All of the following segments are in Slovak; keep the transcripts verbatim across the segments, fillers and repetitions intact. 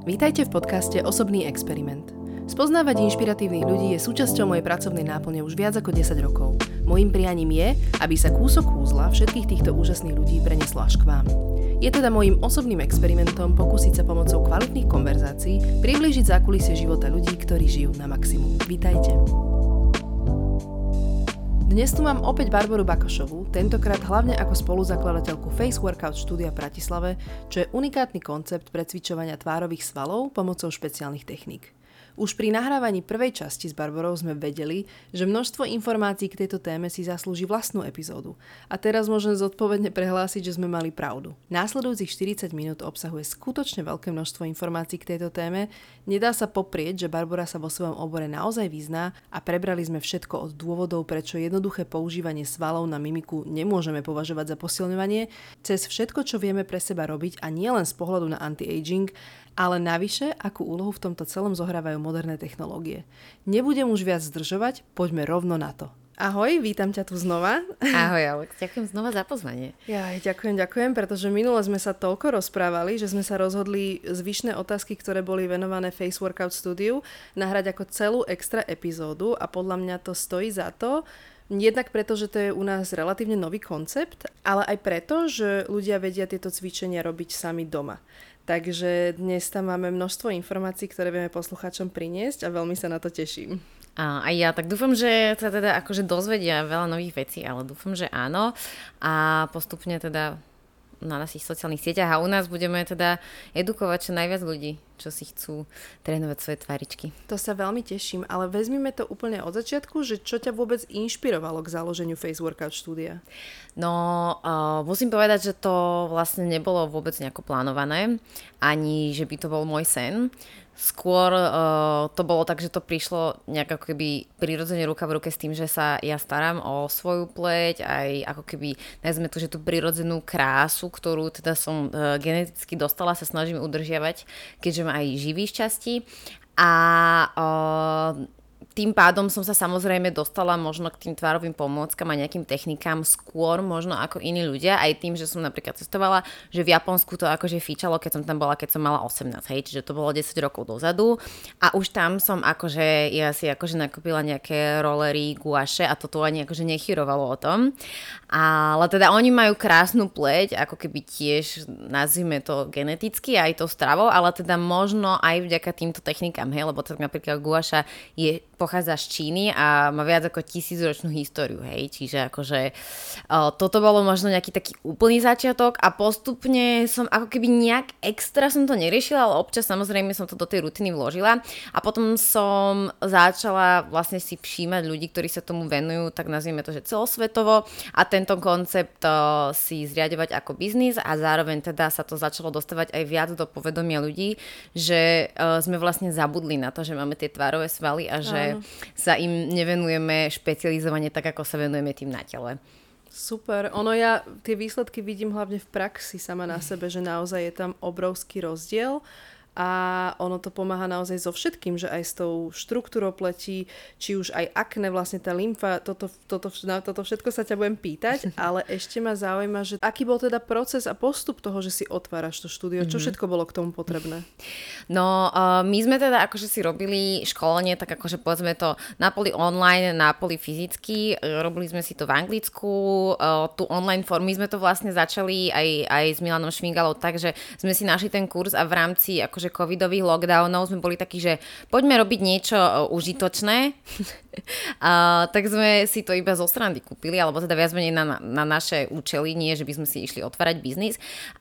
Vítajte v podcaste Osobný experiment. Spoznávať inšpiratívnych ľudí je súčasťou mojej pracovnej náplne už viac ako desať rokov. Mojím prianím je, aby sa kúsok kúzla všetkých týchto úžasných ľudí preneslo až k vám. Je teda môjim osobným experimentom pokúsiť sa pomocou kvalitných konverzácií priblížiť zákulisie života ľudí, ktorí žijú na maximum. Vítajte. Dnes tu mám opäť Barboru Bakošovú, tentokrát hlavne ako spoluzakladateľku Face Workout štúdia v Bratislave, čo je unikátny koncept precvičovania tvárových svalov pomocou špeciálnych techník. Už pri nahrávaní prvej časti s Barborou sme vedeli, že množstvo informácií k tejto téme si zaslúži vlastnú epizódu. A teraz môžem zodpovedne prehlásiť, že sme mali pravdu. Následujúcich štyridsať minút obsahuje skutočne veľké množstvo informácií k tejto téme. Nedá sa poprieť, že Barbora sa vo svojom obore naozaj vyzná a prebrali sme všetko od dôvodov, prečo jednoduché používanie svalov na mimiku nemôžeme považovať za posilňovanie, cez všetko, čo vieme pre seba robiť a nielen z pohľadu na anti-aging, ale navyše, akú úlohu v tomto celom zohrávajú moderné technológie. Nebudem už viac zdržovať, poďme rovno na to. Ahoj, vítam ťa tu znova. Ahoj, Alex, ďakujem znova za pozvanie. Ja, ďakujem, ďakujem, pretože minule sme sa toľko rozprávali, že sme sa rozhodli zvyšné otázky, ktoré boli venované Face Workout Studiu, nahrať ako celú extra epizódu a podľa mňa to stojí za to. Jednak preto, že to je u nás relatívne nový koncept, ale aj preto, že ľudia vedia tieto cvičenia robiť sami doma. Takže dnes tam máme množstvo informácií, ktoré vieme poslucháčom priniesť a veľmi sa na to teším. A aj ja, tak dúfam, že sa teda akože dozvedia veľa nových vecí, ale dúfam, že áno. A postupne teda na našich sociálnych sieťach a u nás budeme teda edukovať čo najviac ľudí, čo si chcú trénovať svoje tváričky. To sa veľmi teším, ale vezmime to úplne od začiatku, že čo ťa vôbec inšpirovalo k založeniu Face Workout štúdia? No, uh, musím povedať, že to vlastne nebolo vôbec nejako plánované, ani že by to bol môj sen. Skôr uh, to bolo tak, že to prišlo nejak ako keby prirodzene ruka v ruke s tým, že sa ja starám o svoju pleť, aj ako keby, nazvime to, že tú prirodzenú krásu, ktorú teda som uh, geneticky dostala, sa snažím udržiavať, keďže ma aj živí šťastí. A uh, tým pádom som sa samozrejme dostala možno k tým tvárovým pomôckam a nejakým technikám skôr možno ako iní ľudia, aj tým, že som napríklad cestovala, že v Japonsku to akože fíčalo, keď som tam bola, keď som mala osemnásť, hej, čiže to bolo desať rokov dozadu a už tam som akože, ja si akože nakúpila nejaké rollery, guaše a toto ani akože nechyrovalo o tom, ale teda oni majú krásnu pleť, ako keby tiež nazvime to geneticky aj to stravou, ale teda možno aj vďaka týmto technikám, hej, lebo tak napríklad guaša je pochádza z Číny a má viac ako tisícročnú históriu, hej, čiže akože o, toto bolo možno nejaký taký úplný začiatok a postupne som ako keby nejak extra som to neriešila, ale občas samozrejme som to do tej rutiny vložila a potom som začala vlastne si všímať ľudí, ktorí sa tomu venujú, tak nazvieme to, že celosvetovo a tento koncept o, si zriaďovať ako biznis a zároveň teda sa to začalo dostávať aj viac do povedomia ľudí, že o, sme vlastne zabudli na to, že máme tie tvárové svaly a že Áno. sa im nevenujeme špecializovane tak, ako sa venujeme tým na tele. Super. Ono ja tie výsledky vidím hlavne v praxi sama na sebe, že naozaj je tam obrovský rozdiel a ono to pomáha naozaj so všetkým, že aj s tou štruktúrou pleti, či už aj akné, vlastne tá lymfa, toto, toto, na toto všetko sa ťa budem pýtať, ale ešte ma zaujíma, že aký bol teda proces a postup toho, že si otváraš to štúdio, čo všetko bolo k tomu potrebné? No, uh, my sme teda akože si robili školenie, tak akože povedzme to na poli online, na poli fyzicky, robili sme si to v Anglicku, uh, tú online formu, my sme to vlastne začali aj, aj s Milanom Švingalou, takže sme si našli ten kurz a v rámci akože covidových lockdownov sme boli takí, že poďme robiť niečo užitočné. uh, tak sme si to iba zo srandy kúpili, alebo teda viac menej na, na naše účely, nie, že by sme si išli otvárať biznis.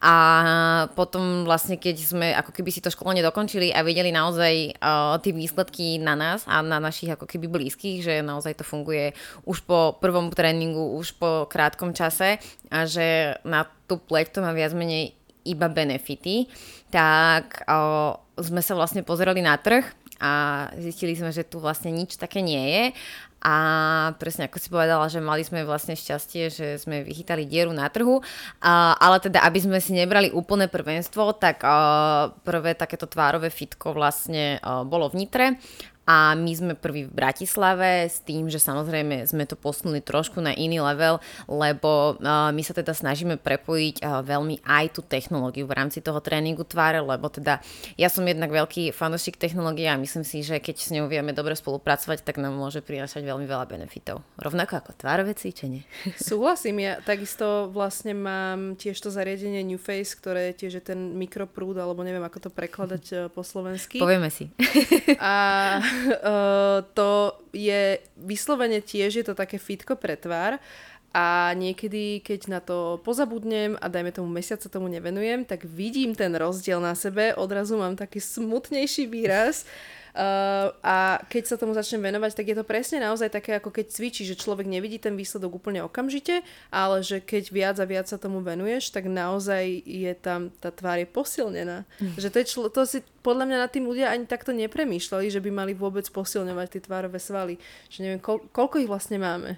A potom vlastne, keď sme ako keby si to školenie dokončili a videli naozaj uh, tie výsledky na nás a na našich ako keby blízkych, že naozaj to funguje už po prvom tréningu, už po krátkom čase a že na tú pleť to má viac menej iba benefity, tak o, sme sa vlastne pozerali na trh a zistili sme, že tu vlastne nič také nie je a presne ako si povedala, že mali sme vlastne šťastie, že sme vychytali dieru na trhu, a, ale teda aby sme si nebrali úplné prvenstvo, tak o, prvé takéto tvárové fitko vlastne o, bolo v Nitre a my sme prví v Bratislave s tým, že samozrejme sme to posunuli trošku na iný level, lebo uh, my sa teda snažíme prepojiť uh, veľmi aj tú technológiu v rámci toho tréningu tváre, lebo teda ja som jednak veľký fanúšik technológie a myslím si, že keď s ňou vieme dobre spolupracovať, tak nám môže prinášať veľmi veľa benefitov. Rovnako ako tvárové cvičenie. Súhlasím, ja takisto vlastne mám tiež to zariadenie NewFace, ktoré tiež je ten mikroprúd, alebo neviem ako to prekladať po slovensky. Povieme si. A uh, to je vyslovene tiež, je to také fitko pre tvár a niekedy, keď na to pozabudnem a dajme tomu mesiac sa tomu nevenujem, tak vidím ten rozdiel na sebe, odrazu mám taký smutnejší výraz. Uh, a keď sa tomu začnem venovať, tak je to presne naozaj také, ako keď cvičí, že človek nevidí ten výsledok úplne okamžite, ale že keď viac a viac sa tomu venuješ, tak naozaj je tam, tá tvár je posilnená. Mm. Že to, je člo, to si podľa mňa nad tým ľudia ani takto nepremýšľali, že by mali vôbec posilňovať tie tvárové svaly. Že neviem, koľ, koľko ich vlastne máme?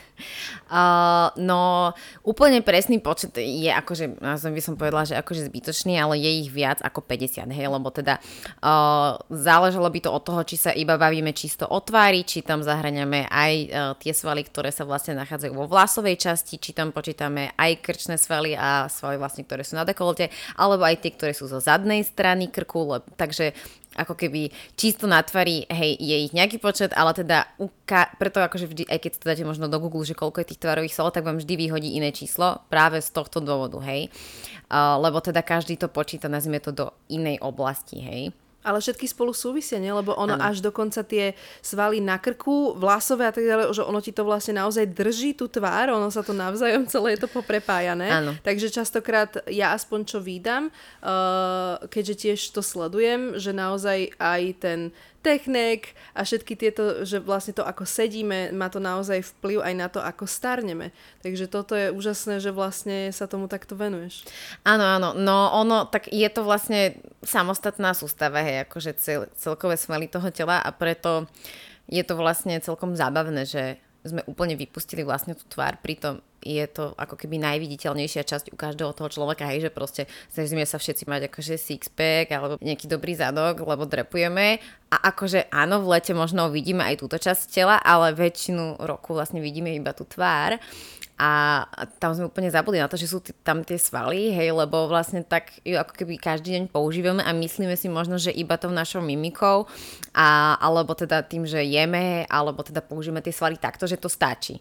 Uh, no, úplne presný počet je akože, by som povedala, že akože zbytočný, ale je ich viac ako päťdesiat, hej, lebo teda uh, záležalo by to od toho, či sa iba bavíme čisto o tvári, či tam zahŕňame aj uh, tie svaly, ktoré sa vlastne nachádzajú vo vlasovej časti, či tam počítame aj krčné svaly a svaly vlastne, ktoré sú na dekolte, alebo aj tie, ktoré sú zo zadnej strany krku, lebo, takže ako keby čisto na tvári, hej, je ich nejaký počet, ale teda uka- preto akože vždy, aj keď to dáte možno do Google, že koľko je tých tvárových svalov, tak vám vždy vyhodí iné číslo práve z tohto dôvodu, hej. Uh, lebo teda každý to počíta, nazvime to do inej oblasti, hej. Ale všetky spolu súvisia, nie? Lebo ono ano. až dokonca tie svaly na krku, vlasové a tak ďalej, že ono ti to vlastne naozaj drží tú tvár, ono sa to navzájom celé je to poprepájané. Ano. Takže častokrát ja aspoň čo vídam, uh, keďže tiež to sledujem, že naozaj aj ten technik a všetky tieto, že vlastne to ako sedíme, má to naozaj vplyv aj na to, ako starneme. Takže toto je úžasné, že vlastne sa tomu takto venuješ. Áno, áno, no ono, tak je to vlastne samostatná sústava, hej, akože cel, celkové svaly toho tela a preto je to vlastne celkom zábavné, že sme úplne vypustili vlastne tú tvár, pritom je to ako keby najviditeľnejšia časť u každého toho človeka, hej, že proste snažíme sa všetci mať akože six-pack alebo nejaký dobrý zadok, lebo drepujeme a akože áno, v lete možno vidíme aj túto časť tela, ale väčšinu roku vlastne vidíme iba tú tvár a tam sme úplne zabudli na to, že sú t- tam tie svaly, hej, lebo vlastne tak ju ako keby každý deň používame a myslíme si možno, že iba tou našou mimikou a, alebo teda tým, že jeme, alebo teda použijeme tie svaly takto, že to stačí.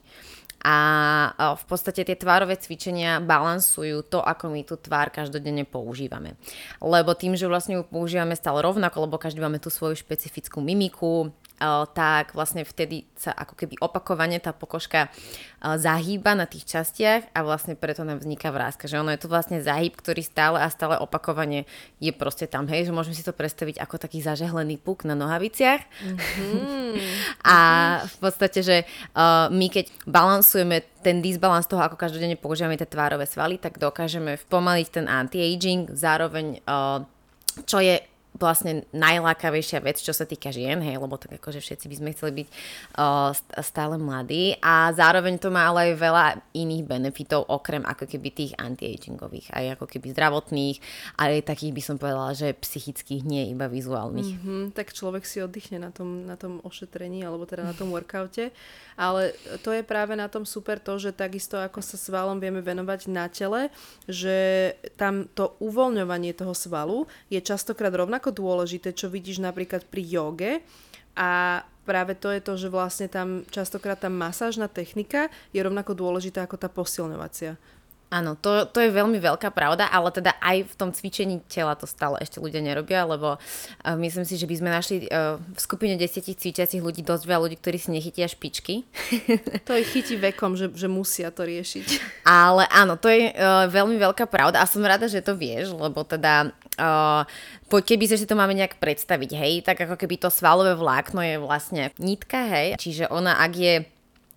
A v podstate tie tvárové cvičenia balansujú to, ako my tú tvár každodenne používame. Lebo tým, že vlastne ju používame stále rovnako, lebo každý máme tú svoju špecifickú mimiku, tak vlastne vtedy sa ako keby opakovane tá pokožka zahýba na tých častiach a vlastne preto nám vzniká vráska. Že ono je to vlastne záhyb, ktorý stále a stále opakovane je proste tam. Hej, že môžeme si to predstaviť ako taký zažehlený puk na nohaviciach. Mm-hmm. A v podstate, že uh, my keď balansujeme ten disbalans toho, ako každodenne používame tie tvárové svaly, tak dokážeme spomaliť ten anti-aging, zároveň uh, čo je vlastne najlákavejšia vec, čo sa týka žien, hej, lebo tak akože všetci by sme chceli byť uh, stále mladí a zároveň to má ale aj veľa iných benefitov, okrem ako keby tých anti-agingových, aj ako keby zdravotných, ale aj takých by som povedala, že psychických, nie iba vizuálnych. Mm-hmm, tak človek si oddychne na tom, na tom ošetrení, alebo teda na tom workoute, ale to je práve na tom super to, že takisto ako sa svalom vieme venovať na tele, že tam to uvoľňovanie toho svalu je častokrát rovnako dôležité, čo vidíš napríklad pri joge a práve to je to, že vlastne tam častokrát tá masážna technika je rovnako dôležitá ako tá posilňovacia. Áno, to, to je veľmi veľká pravda, ale teda aj v tom cvičení tela to stále ešte ľudia nerobia, lebo uh, myslím si, že by sme našli uh, v skupine desať cvičiacich ľudí dosť veľa ľudí, ktorí si nechytia špičky. To ich chytí vekom, že, že musia to riešiť. Ale áno, to je uh, veľmi veľká pravda a som rada, že to vieš, lebo teda uh, keby sa si to máme nejak predstaviť, hej, tak ako keby to svalové vlákno je vlastne nitka, hej, čiže ona ak je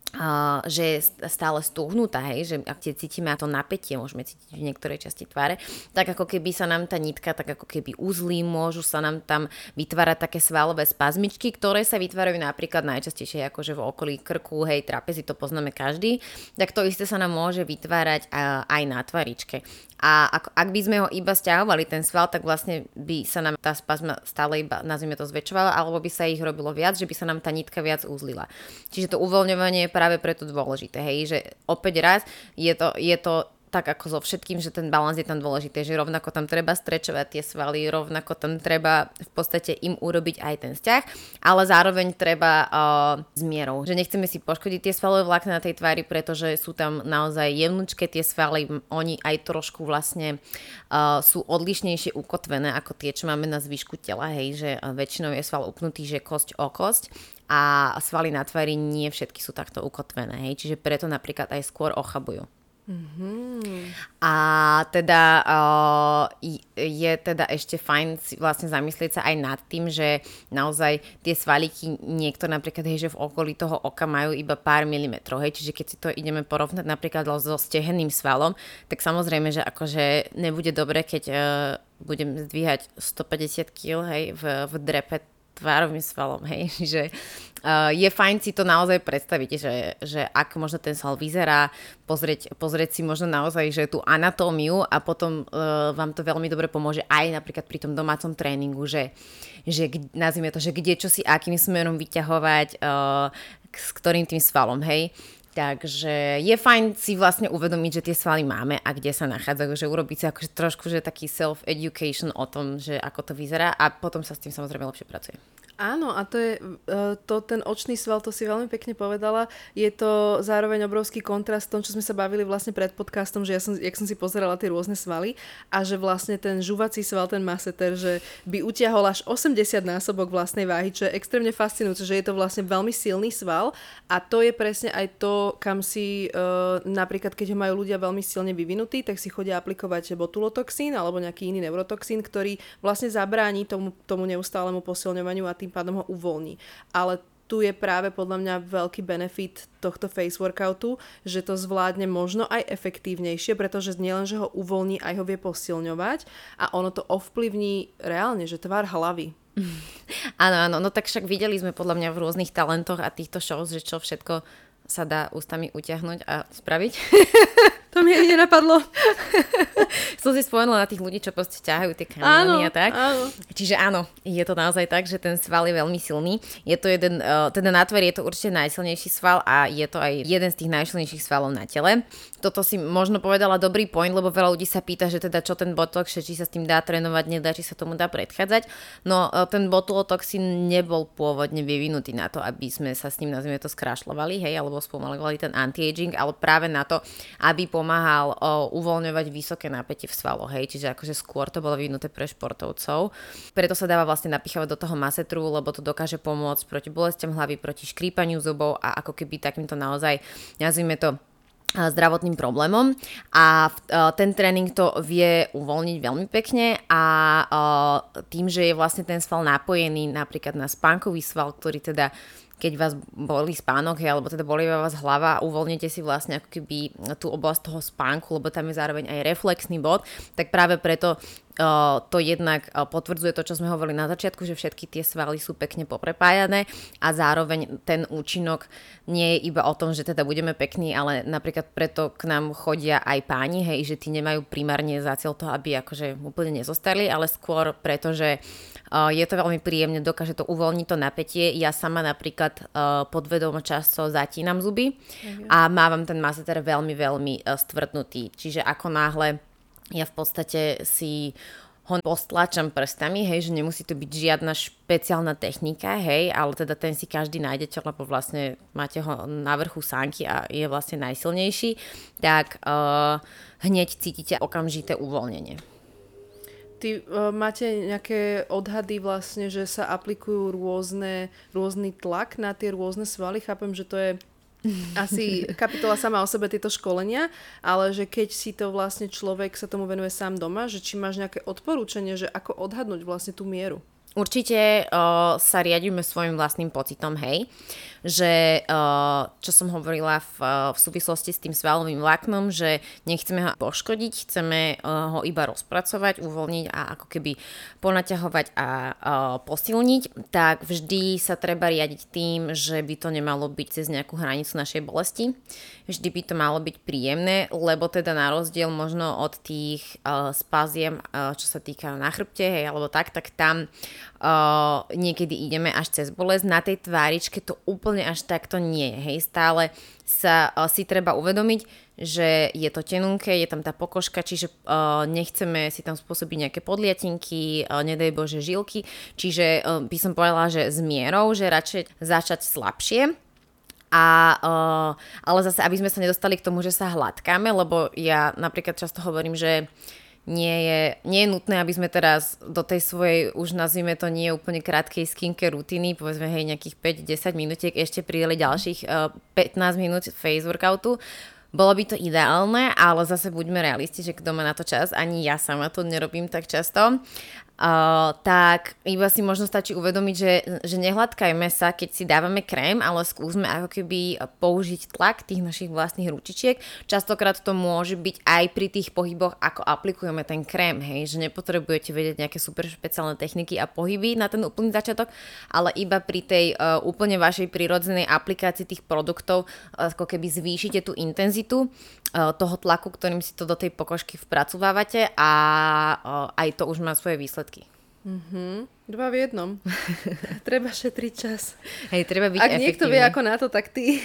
Uh, že je stále stúhnutá, hej, že ak tie cítime to napätie, môžeme cítiť v niektorej časti tváre, tak ako keby sa nám tá nitka, tak ako keby uzlí, môžu sa nám tam vytvárať také svalové spazmičky, ktoré sa vytvárajú napríklad najčastejšie akože v okolí krku, hej, trapezy, to poznáme každý, tak to isté sa nám môže vytvárať uh, aj na tvaričke. A ak, ak by sme ho iba stiahovali, ten sval, tak vlastne by sa nám tá spazma stále iba, nazvime to, zväčšovala, alebo by sa ich robilo viac, že by sa nám tá nitka viac uzlila. Čiže to uvoľňovanie je práve preto dôležité, hej, že opäť raz je to, je to tak ako so všetkým, že ten balans je tam dôležitý, že rovnako tam treba strečovať tie svaly, rovnako tam treba v podstate im urobiť aj ten vzťah, ale zároveň treba uh, s mierou, že nechceme si poškodiť tie svalové vlákna na tej tvári, pretože sú tam naozaj jemnučké tie svaly, oni aj trošku vlastne uh, sú odlišnejšie ukotvené ako tie, čo máme na zvyšku tela, hej, že väčšinou je sval upnutý, že kosť o kosť a svaly na tvári nie všetky sú takto ukotvené, hej, čiže preto napríklad aj skôr ochabujú. Mm-hmm. A teda uh, je teda ešte fajn si vlastne zamyslieť sa aj nad tým, že naozaj tie svalíky niekto napríklad, hej, že v okolí toho oka majú iba pár milimetrov, hej, čiže keď si to ideme porovnať napríklad so stehenným svalom, tak samozrejme, že akože nebude dobre, keď uh, budem zdvíhať stopäťdesiat kilogramov, hej, v, v drepe tvárovým svalom, hej, že uh, je fajn si to naozaj predstaviť, že, že ak možno ten sval vyzerá, pozrieť, pozrieť si možno naozaj, že tú anatómiu a potom uh, vám to veľmi dobre pomôže aj napríklad pri tom domácom tréningu, že, že nazvime to, že kde čo si akým smerom vyťahovať, uh, s ktorým tým svalom, hej. Takže je fajn si vlastne uvedomiť, že tie svaly máme a kde sa nachádzajú, že urobiť si akože trošku že taký self-education o tom, že ako to vyzerá a potom sa s tým samozrejme lepšie pracuje. Áno, a to je to, ten očný sval, to si veľmi pekne povedala. Je to zároveň obrovský kontrast v tom, čo sme sa bavili vlastne pred podcastom, že ja som, jak som si pozerala tie rôzne svaly a že vlastne ten žuvací sval, ten masseter, že by utiahol až osemdesiat násobok vlastnej váhy, čo je extrémne fascinujúce, že je to vlastne veľmi silný sval a to je presne aj to, kam si uh, napríklad, keď ho majú ľudia veľmi silne vyvinutý, tak si chodia aplikovať botulotoxín alebo nejaký iný neurotoxín, ktorý vlastne zabráni tomu, tomu neustálemu posilňovaniu a tým pádom ho uvoľní. Ale tu je práve podľa mňa veľký benefit tohto face workoutu, že to zvládne možno aj efektívnejšie, pretože nielen, že ho uvoľní, aj ho vie posilňovať a ono to ovplyvní reálne, že tvár hlavy. Áno, áno, no tak však videli sme podľa mňa v rôznych talentoch a týchto shows, že čo všetko sa dá ústami utiahnuť a spraviť. To mi ani nenapadlo. Som si spomenula na tých ľudí, čo proste ťahajú tie kamiony a tak. Áno. Čiže áno, je to naozaj tak, že ten sval je veľmi silný. Je to jeden, uh, teda na tvári je to určite najsilnejší sval a je to aj jeden z tých najsilnejších svalov na tele. Toto si možno povedala dobrý point, lebo veľa ľudí sa pýta, že teda čo ten botox, či sa s tým dá trénovať, nedá, či sa tomu dá predchádzať. No uh, ten botulotoxín nebol pôvodne vyvinutý na to, aby sme sa s ním, nazvime to, skrášľovali, hej, alebo spomalovali ten anti-aging, ale práve na to, aby pomáhal o, uvoľňovať vysoké napätie v svaloch, hej, čiže akože skôr to bolo vyvinuté pre športovcov. Preto sa dáva vlastne napichovať do toho masetru, lebo to dokáže pomôcť proti bolestiam hlavy, proti škrípaniu zubov a ako keby takýmto naozaj, nazvime to, zdravotným problémom a ten tréning to vie uvoľniť veľmi pekne a tým, že je vlastne ten sval napojený napríklad na spánkový sval, ktorý teda keď vás bolí spánok, hej, alebo teda bolí vás hlava a uvoľnite si vlastne ako keby tú oblasť toho spánku, lebo tam je zároveň aj reflexný bod, tak práve preto uh, to jednak uh, potvrdzuje to, čo sme hovorili na začiatku, že všetky tie svaly sú pekne poprepájané a zároveň ten účinok nie je iba o tom, že teda budeme pekní, ale napríklad preto k nám chodia aj páni, hej, že tí nemajú primárne za cieľ to, aby akože úplne nezostali, ale skôr preto, že uh, je to veľmi príjemné, dokáže to uvoľniť to napätie. Ja sama napríklad Uh, podvedomo často zatínam zuby okay. a mávam ten masseter veľmi, veľmi uh, stvrdnutý. Čiže ako náhle ja v podstate si ho postlačam prstami, hej, že nemusí to byť žiadna špeciálna technika, hej, ale teda ten si každý nájdete, lebo vlastne máte ho na vrchu sánky a je vlastne najsilnejší, tak uh, hneď cítite okamžité uvoľnenie. Ty uh, máte nejaké odhady vlastne, že sa aplikujú rôzne, rôzny tlak na tie rôzne svaly? Chápem, že to je asi kapitola sama o sebe tieto školenia, ale že keď si to vlastne človek sa tomu venuje sám doma, že či máš nejaké odporúčanie, že ako odhadnúť vlastne tú mieru? Určite uh, sa riadíme svojim vlastným pocitom, hej, že uh, čo som hovorila v, uh, v súvislosti s tým svalovým vláknom, že nechceme ho poškodiť, chceme uh, ho iba rozpracovať, uvoľniť a ako keby ponaťahovať a uh, posilniť, tak vždy sa treba riadiť tým, že by to nemalo byť cez nejakú hranicu našej bolesti. Vždy by to malo byť príjemné, lebo teda na rozdiel možno od tých uh, spaziem, uh, čo sa týka na chrbte, hej, alebo tak, tak tam Uh, niekedy ideme až cez bolesť. Na tej tváričke to úplne až takto nie je. Hej. Stále sa uh, si treba uvedomiť, že je to tenunké, je tam tá pokožka, čiže uh, nechceme si tam spôsobiť nejaké podliatinky, uh, nedaj Bože žilky, čiže uh, by som povedala, že s mierou, že radšej začať slabšie. A, uh, ale zase, aby sme sa nedostali k tomu, že sa hladkáme, lebo ja napríklad často hovorím, že Nie je, nie je nutné, aby sme teraz do tej svojej, už nazvime to nie úplne krátkej skincare rutiny, povedzme hej nejakých päť desať minútiek, ešte pridali ďalších uh, pätnásť minút face workoutu. Bolo by to ideálne, ale zase buďme realisti, že kto má na to čas, ani ja sama to nerobím tak často. Uh, tak iba si možno stačí uvedomiť, že, že nehladkajme sa, keď si dávame krém, ale skúsme ako keby použiť tlak tých našich vlastných ručičiek. Častokrát to môže byť aj pri tých pohyboch, ako aplikujeme ten krém, hej, že nepotrebujete vedieť nejaké super špeciálne techniky a pohyby na ten úplný začiatok, ale iba pri tej uh, úplne vašej prirodzenej aplikácii tých produktov uh, ako keby zvýšite tú intenzitu uh, toho tlaku, ktorým si to do tej pokožky vpracovávate a uh, aj to už má svoje výsledky. Mm-hmm. Dva v jednom. Treba šetriť čas. Hej, treba byť Ak efektívny. niekto vie ako na to, tak ty.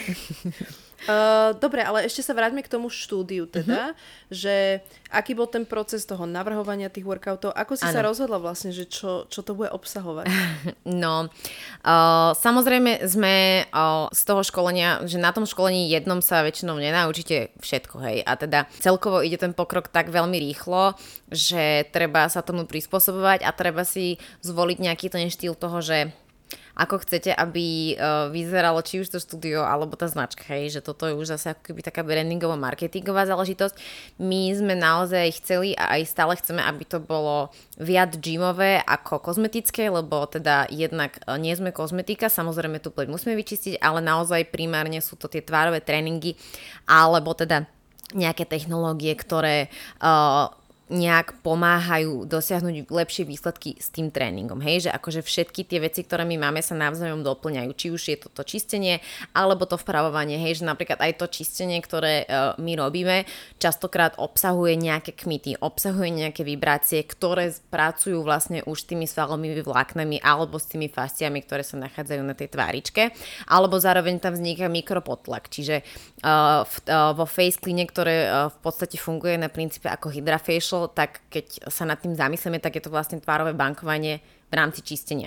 uh, dobre, ale ešte sa vráťme k tomu štúdiu teda, mm-hmm. že aký bol ten proces toho navrhovania tých workoutov, ako si ano. sa rozhodla vlastne, že čo, čo to bude obsahovať? No, uh, samozrejme sme uh, z toho školenia, že na tom školení jednom sa väčšinou nenaučíte všetko, hej, a teda celkovo ide ten pokrok tak veľmi rýchlo, že treba sa tomu prispôsobovať a treba si zvoliť nejaký ten štýl toho, že ako chcete, aby uh, vyzeralo či už to štúdio alebo tá značka, hej, že toto je už zase ako keby taká brandingová, marketingová záležitosť. My sme naozaj chceli a aj stále chceme, aby to bolo viac gymové ako kozmetické, lebo teda jednak uh, nie sme kozmetika, samozrejme tú pleť musíme vyčistiť, ale naozaj primárne sú to tie tvárové tréningy alebo teda nejaké technológie, ktoré uh, nejak pomáhajú dosiahnuť lepšie výsledky s tým tréningom. Hej, že akože všetky tie veci, ktoré my máme, sa navzájom doplňajú. Či už je to to čistenie, alebo to vpravovanie. Hej, že napríklad aj to čistenie, ktoré uh, my robíme, častokrát obsahuje nejaké kmity, obsahuje nejaké vibrácie, ktoré pracujú vlastne už s tými svalovými vláknami alebo s tými fasciami, ktoré sa nachádzajú na tej tváričke. Alebo zároveň tam vzniká mikropotlak. Čiže uh, v, uh, vo face cleane, ktoré uh, v podstate funguje na princípe ako hydrafacial, tak keď sa nad tým zamyslíme, tak je to vlastne tvárové bankovanie v rámci čistenia.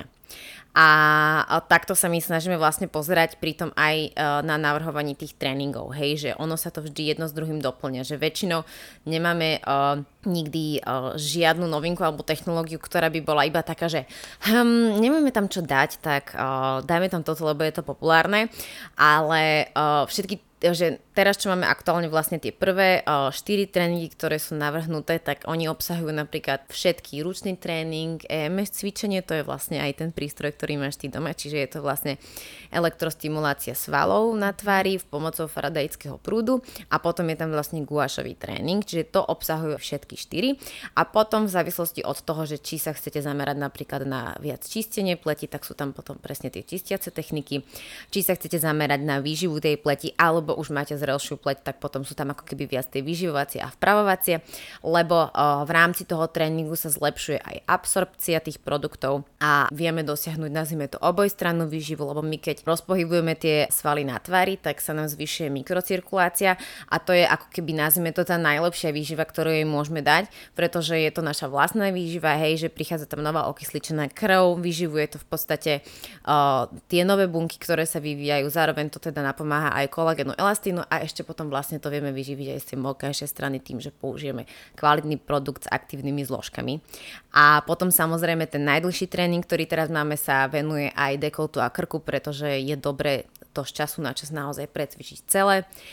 A takto sa my snažíme vlastne pozerať pritom aj na navrhovaní tých tréningov, hej, že ono sa to vždy jedno s druhým doplňa, že väčšinou nemáme uh, nikdy uh, žiadnu novinku alebo technológiu, ktorá by bola iba taká, že hm, nemáme tam čo dať, tak uh, dajme tam toto, lebo je to populárne, ale uh, všetky že teraz, čo máme aktuálne vlastne tie prvé štyri tréningy, ktoré sú navrhnuté, tak oni obsahujú napríklad všetky ručný tréning, é em es cvičenie, to je vlastne aj ten prístroj, ktorý máš ty doma, čiže je to vlastne elektrostimulácia svalov na tvári v pomocou faradajského prúdu a potom je tam vlastne guašový tréning, čiže to obsahujú všetky štyri a potom v závislosti od toho, že či sa chcete zamerať napríklad na viac čistenie pleti, tak sú tam potom presne tie čistiace techniky, či sa chcete zamerať na výživu tej pleti, alebo už máte zrelšiu pleť, tak potom sú tam ako keby viac tie vyživovacie a vpravovacie, lebo uh, v rámci toho tréningu sa zlepšuje aj absorpcia tých produktov a vieme dosiahnuť, nazvime to, obojstrannú výživu, lebo my keď rozpohybujeme tie svaly na tvári, tak sa nám zvyšuje mikrocirkulácia a to je ako keby, nazvime to, tá najlepšia výživa, ktorú jej môžeme dať, pretože je to naša vlastná výživa, hej, že prichádza tam nová okysličená krv, vyživuje to v podstate uh, tie nové bunky, ktoré sa vyvíjajú, zároveň to teda napomáha aj kolagénu, elastínu a ešte potom vlastne to vieme vyživiť aj z tej mokrejšej strany tým, že použijeme kvalitný produkt s aktívnymi zložkami. A potom samozrejme ten najdlhší tréning, ktorý teraz máme, sa venuje aj dekoltu a krku, pretože je dobre to z času na čas naozaj precvičiť celé.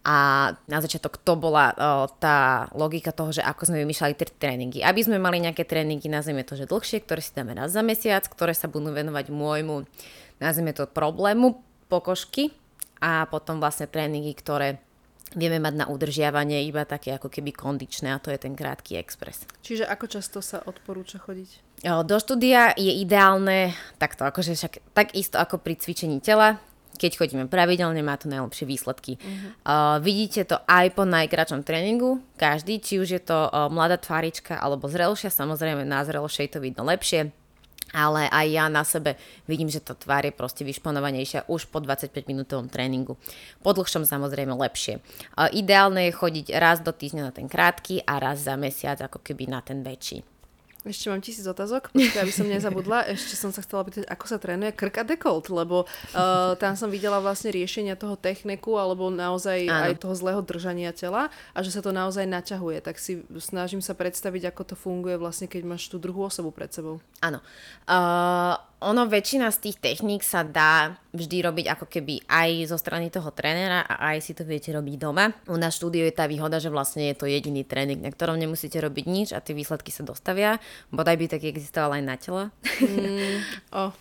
A na začiatok to bola o, tá logika toho, že ako sme vymýšľali tie tréningy. Aby sme mali nejaké tréningy, nazvime to, že dlhšie, ktoré si dáme raz za mesiac, ktoré sa budú venovať môjmu, nazvime to, problému pokožky a potom vlastne tréningy, ktoré vieme mať na udržiavanie iba také ako keby kondičné a to je ten krátky expres. Čiže ako často sa odporúča chodiť? Do štúdia je ideálne takto, akože však takisto ako pri cvičení tela, keď chodíme pravidelne, má to najlepšie výsledky. Uh-huh. Uh, vidíte to aj po najkračom tréningu, každý, či už je to uh, mladá tvárička alebo zrelšia, samozrejme na zrelšej to vidno lepšie. Ale aj ja na sebe vidím, že tá tvár je proste vyšponovanejšia už po dvadsaťpäťminútovom tréningu. Po dlhšom samozrejme lepšie. Uh, ideálne je chodiť raz do týždňa na ten krátky a raz za mesiac ako keby na ten väčší. Ešte mám tisíc otázok, počkaj, aby som nezabudla. Ešte som sa chcela pýtať, ako sa trénuje krk a dekolt, lebo uh, tam som videla vlastne riešenia toho techniku alebo naozaj Áno. aj toho zlého držania tela a že sa to naozaj naťahuje. Tak si snažím sa predstaviť, ako to funguje vlastne, keď máš tú druhú osobu pred sebou. Áno. Uh, ono, väčšina z tých techník sa dá vždy robiť ako keby aj zo strany toho trénera a aj si to viete robiť doma. U nás v štúdiu je tá výhoda, že vlastne je to jediný tréning, na ktorom nemusíte robiť nič a tie výsledky sa dostavia. Bodaj by tak existoval aj na telo. Mm, oh.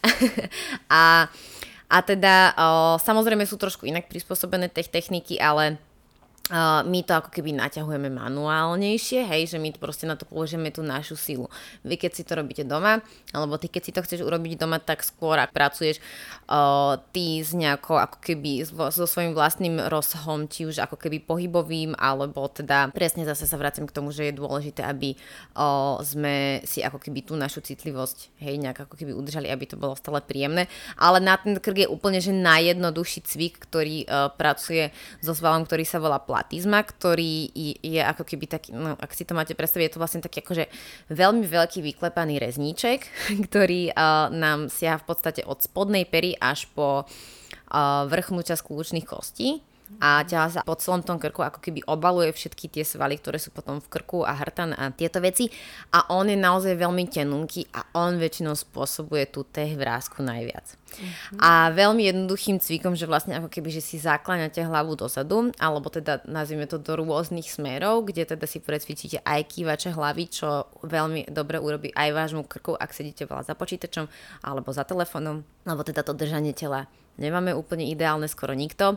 a, a teda o, samozrejme sú trošku inak prispôsobené tie techniky, ale Uh, my to ako keby naťahujeme manuálnejšie, hej, že my proste na to položíme tú našu silu. Vy keď si to robíte doma, alebo ty keď si to chceš urobiť doma, tak skôr ak pracuješ uh, ty s nejakou ako keby so svojím vlastným rozsahom, či už ako keby pohybovým, alebo teda presne zase sa vracím k tomu, že je dôležité, aby uh, sme si ako keby tú našu citlivosť, hej, nejak ako keby udržali, aby to bolo stále príjemné. Ale na ten krk je úplne, že najjednoduchší cvik, ktorý uh, pracuje so svalom, ktorý sa volá platizma, ktorý je ako keby taký, no ak si to máte predstaviť, je to vlastne taký akože veľmi veľký vyklepaný rezníček, ktorý uh, nám siaha v podstate od spodnej pery až po uh, vrchnú časť kľúčnych kostí a ťa sa po celom tom krku ako keby obaluje všetky tie svaly, ktoré sú potom v krku a hrtan a tieto veci a on je naozaj veľmi tenunký a on väčšinou spôsobuje tú teh vrásku najviac. Uh-huh. A veľmi jednoduchým cvikom, že vlastne ako keby, že si zakláňate hlavu dozadu, alebo teda nazvime to do rôznych smerov, kde teda si precvičíte aj kývače hlavy, čo veľmi dobre urobí aj vášmu krku, ak sedíte veľa za počítačom alebo za telefónom, alebo teda to držanie tela nemáme úplne ideálne skoro nikto.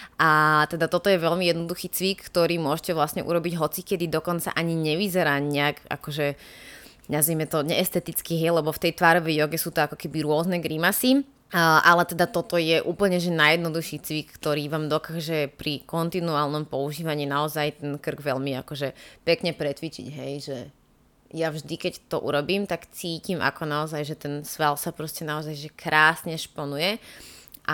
A teda toto je veľmi jednoduchý cvik, ktorý môžete vlastne urobiť hocikedy, dokonca ani nevyzerá nejak akože nazvime to neesteticky, hej, lebo v tej tvárovej joge sú to ako keby rôzne grimasy. Uh, ale teda toto je úplne že najjednoduchší cvik, ktorý vám dokáže pri kontinuálnom používaní naozaj ten krk veľmi akože pekne pretvičiť, hej, že ja vždy, keď to urobím, tak cítim ako naozaj, že ten sval sa proste naozaj že krásne šponuje. A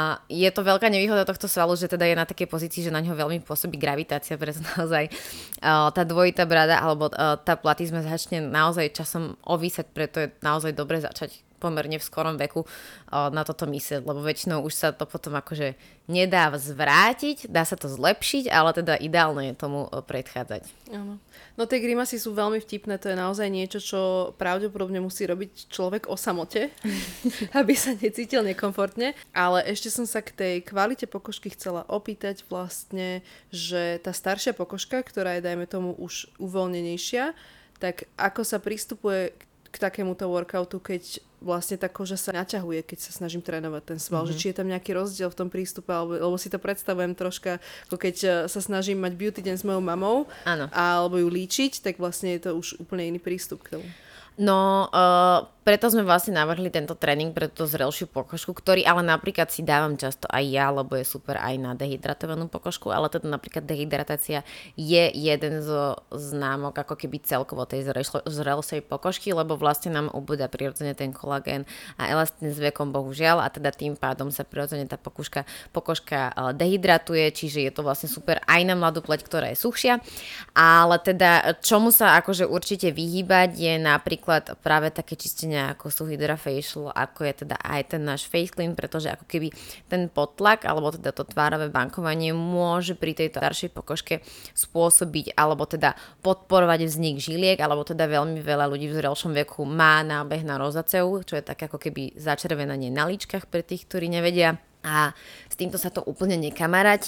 je to veľká nevýhoda tohto svalu, že teda je na takej pozícii, že na ňo veľmi pôsobí gravitácia, preto naozaj uh, tá dvojitá brada alebo uh, tá platizma začne naozaj časom ovísať, preto je naozaj dobre začať pomerne v skorom veku uh, na toto myslieť, lebo väčšinou už sa to potom akože nedá zvrátiť, dá sa to zlepšiť, ale teda ideálne je tomu uh, predchádzať. Áno. No tie grimasy sú veľmi vtipné, to je naozaj niečo, čo pravdepodobne musí robiť človek o samote, aby sa necítil nekomfortne. Ale ešte som sa k tej kvalite pokožky chcela opýtať vlastne, že tá staršia pokožka, ktorá je dajme tomu už uvoľnenejšia, tak ako sa pristupuje k takémuto workoutu, keď vlastne tá koža sa naťahuje, keď sa snažím trénovať ten sval, mm-hmm. že či je tam nejaký rozdiel v tom prístupe, alebo, lebo si to predstavujem troška, ako keď sa snažím mať beauty deň s mojou mamou, Áno. alebo ju líčiť, tak vlastne je to už úplne iný prístup k tomu. No, uh, preto sme vlastne navrhli tento tréning pre tú zrelšiu pokožku, ktorý ale napríklad si dávam často aj ja, lebo je super aj na dehydratovanú pokožku, ale teda napríklad dehydratácia je jeden zo známok ako keby celkovo tej zrelšej pokožky, lebo vlastne nám ubúda prirodzene ten kolagén a elastín s vekom, bohužiaľ, a teda tým pádom sa prirodzene tá pokožka, pokožka dehydratuje, čiže je to vlastne super aj na mladú pleť, ktorá je suchšia, ale teda čomu sa akože určite vyhýbať je napríklad práve také čistenia ako sú Hydra Facial, ako je teda aj ten náš face clean, pretože ako keby ten potlak alebo teda to tvárové bankovanie môže pri tejto staršej pokožke spôsobiť alebo teda podporovať vznik žiliek, alebo teda veľmi veľa ľudí v zrelšom veku má nábeh na rozaceu, čo je také ako keby začervenanie na líčkach pre tých, ktorí nevedia, a s týmto sa to úplne nekamaráti.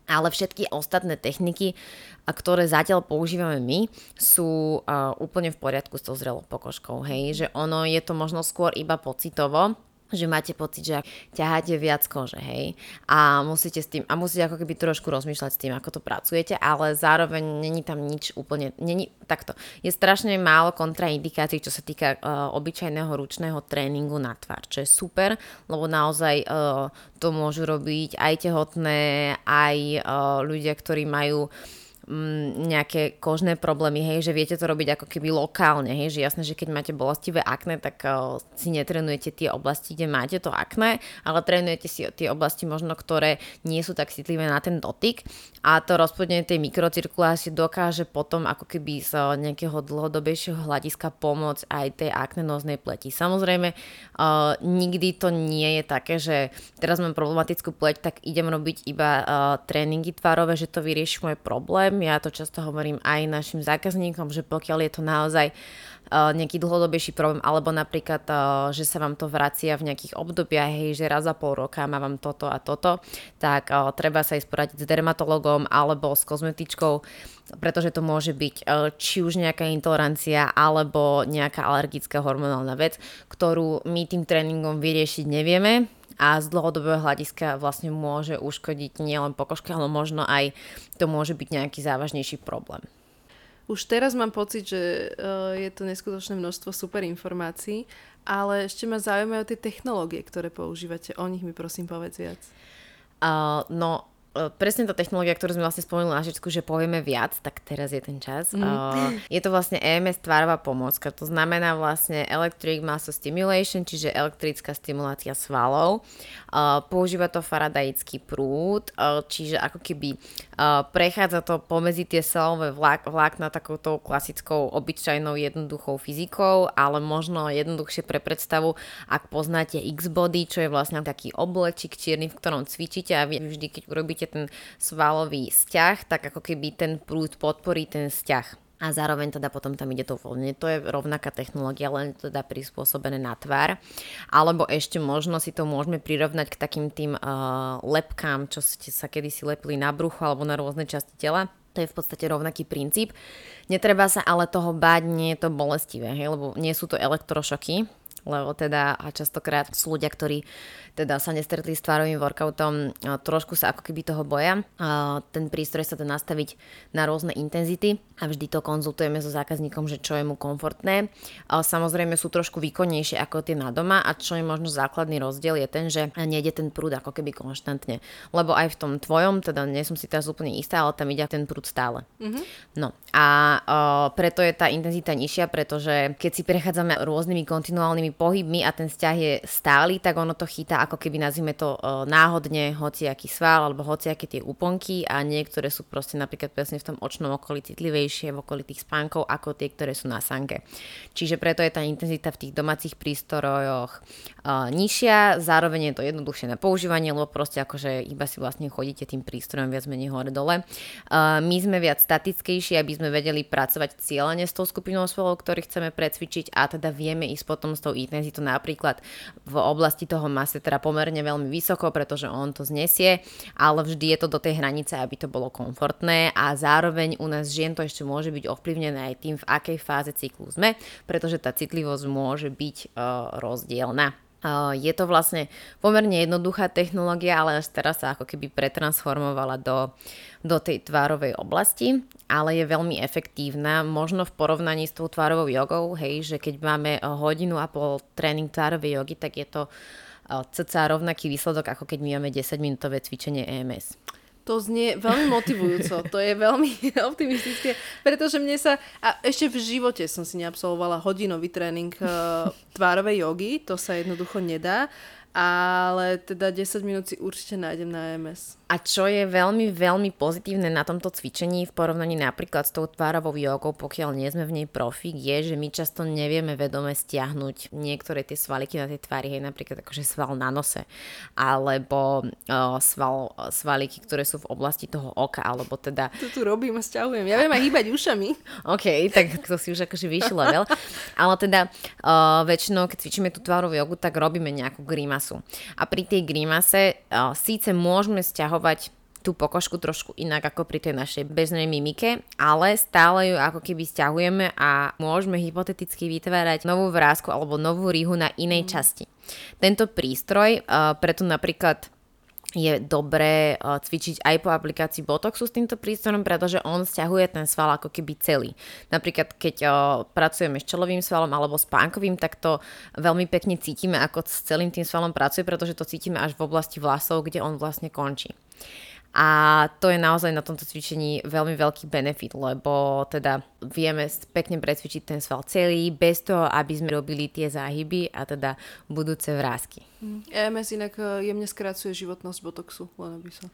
Ale všetky ostatné techniky, ktoré zatiaľ používame my, sú uh, úplne v poriadku s tou zrelou pokožkou, hej, že ono je to možno skôr iba pocitovo, že máte pocit, že ťaháte viac kože, hej, a musíte s tým, a musíte ako keby trošku rozmýšľať s tým, ako to pracujete, ale zároveň není tam nič úplne, není, takto, je strašne málo kontraindikácií, čo sa týka uh, obyčajného ručného tréningu na tvár, čo je super, lebo naozaj uh, to môžu robiť aj tehotné, aj uh, ľudia, ktorí majú nejaké kožné problémy, hej, že viete to robiť ako keby lokálne, hej, že jasné, že keď máte bolestivé akné, tak uh, si netrenujete tie oblasti, kde máte to akné, ale trénujete si tie oblasti možno, ktoré nie sú tak citlivé na ten dotyk a to rozpodnenie tej mikrocirkulácie dokáže potom ako keby z nejakého dlhodobejšieho hľadiska pomôcť aj tej aknenóznej pleti. Samozrejme, uh, nikdy to nie je také, že teraz mám problematickú pleť, tak idem robiť iba uh, tréningy tvárové, že to vyrieši môj problém. Ja to často hovorím aj našim zákazníkom, že pokiaľ je to naozaj uh, nejaký dlhodobejší problém, alebo napríklad, uh, že sa vám to vracia v nejakých obdobiach, hej, že raz za pol roka má vám toto a toto, tak uh, treba sa ísť poradiť s dermatologom alebo s kozmetičkou, pretože to môže byť uh, či už nejaká intolerancia alebo nejaká alergická hormonálna vec, ktorú my tým tréningom vyriešiť nevieme. A z dlhodobého hľadiska vlastne môže uškodiť nielen pokožke, ale možno aj to môže byť nejaký závažnejší problém. Už teraz mám pocit, že uh, je to neskutočné množstvo super informácií, ale ešte ma zaujímajú tie technológie, ktoré používate. O nich mi prosím povedz viac. Uh, no, presne tá technológia, ktorú sme vlastne spomenuli na začiatku, že povieme viac, tak teraz je ten čas. Mm. Uh, je to vlastne é em es tvárová pomôcka, to znamená vlastne Electric Muscle Stimulation, čiže elektrická stimulácia svalov. Uh, používa to faradaický prúd, uh, čiže ako keby uh, prechádza to pomedzi tie svalové vlák, vlákna takouto klasickou, obyčajnou, jednoduchou fyzikou, ale možno jednoduchšie pre predstavu, ak poznáte X-body, čo je vlastne taký oblečik čierny, v ktorom cvičíte a vy vždy, keď urobíte ten svalový vzťah, tak ako keby ten prúd podporí ten vzťah. A zároveň teda potom tam ide to uvoľnenie. To je rovnaká technológia, len teda prispôsobené na tvár. Alebo ešte možno si to môžeme prirovnať k takým tým uh, lepkám, čo ste sa kedysi lepili na brucho alebo na rôzne časti tela. To je v podstate rovnaký princíp. Netreba sa ale toho báť, nie je to bolestivé, hej? Lebo nie sú to elektrošoky, lebo teda a častokrát sú ľudia, ktorí teda sa nestretli s tvárovým workoutom, trošku sa ako keby toho boja. Ten prístroj sa dá nastaviť na rôzne intenzity a vždy to konzultujeme so zákazníkom, že čo je mu komfortné. Samozrejme sú trošku výkonnejšie ako tie na doma a čo je možno základný rozdiel je ten, že nejde ten prúd ako keby konštantne. Lebo aj v tom tvojom, teda nie som si teraz úplne istá, ale tam ide ten prúd stále. Mm-hmm. No a uh, preto je tá intenzita nižšia, pretože keď si prechádzame rôznymi kontinuálnymi pohybmi a ten vzťah je stály, tak ono to chytá ako keby nazvime to uh, náhodne hociaký sval alebo hociaké tie úponky a niektoré sú proste napríklad presne v tom očnom okolí citlivejšie v okolí tých spánkov ako tie, ktoré sú na sanke. Čiže preto je tá intenzita v tých domácich prístrojoch uh, nižšia, zároveň je to jednoduchšie na používanie, lebo proste akože iba si vlastne chodíte tým prístrojom viac menej hore dole. Uh, my sme viac statickejší, aby sme vedeli pracovať cieľene s tou skupinou svalov, ktorých chceme precvičiť a teda vieme ísť potom s tou intenzitou napríklad v oblasti toho masetera pomerne veľmi vysoko, pretože on to znesie, ale vždy je to do tej hranice, aby to bolo komfortné a zároveň u nás žien to ešte môže byť ovplyvnené aj tým, v akej fáze cyklu sme, pretože tá citlivosť môže byť uh, rozdielna. Uh, je to vlastne pomerne jednoduchá technológia, ale až teraz sa ako keby pretransformovala do, do tej tvárovej oblasti, ale je veľmi efektívna, možno v porovnaní s tou tvárovou jogou, hej, že keď máme hodinu a pol tréning tvárovej jogy, tak je to uh, cca rovnaký výsledok, ako keď my máme desaťminútové cvičenie é em es. To znie veľmi motivujúco, to je veľmi optimistické, pretože mne sa, a ešte v živote som si neabsolvovala hodinový tréning uh, tvárovej jogy, to sa jednoducho nedá, ale teda desať minút si určite nájdem na é em es. A čo je veľmi, veľmi pozitívne na tomto cvičení v porovnaní napríklad s tou tvárovou jogou, pokiaľ nie sme v nej profík, je, že my často nevieme vedome stiahnuť niektoré tie svaliky na tej tvári, hej, napríklad akože sval na nose, alebo uh, sval, svaliky, ktoré sú v oblasti toho oka, alebo teda... To tu robím a stiahujem. Ja viem aj hýbať ušami. OK, tak to si už akože vyšší level. Ale teda uh, väčšinou, keď cvičíme tú tvárovú jogu, tak robíme nejakú grimasu. A pri tej grimase uh, síce môžeme stiahovať tú pokožku trošku inak ako pri tej našej bežnej mimike, ale stále ju ako keby stiahujeme a môžeme hypoteticky vytvárať novú vrásku alebo novú rýhu na inej mm. časti. Tento prístroj, uh, preto napríklad je dobré uh, cvičiť aj po aplikácii Botoxu s týmto prístrojom, pretože on stiahuje ten sval ako keby celý. Napríklad keď uh, pracujeme s čelovým svalom alebo s pánkovým, tak to veľmi pekne cítime, ako s celým tým svalom pracuje, pretože to cítime až v oblasti vlasov, kde on vlastne končí. A to je naozaj na tomto cvičení veľmi veľký benefit, lebo teda vieme pekne precvičiť ten sval celý, bez toho, aby sme robili tie záhyby a teda budúce vrásky. é em es inak jemne skracuje životnosť botoxu, len aby sa...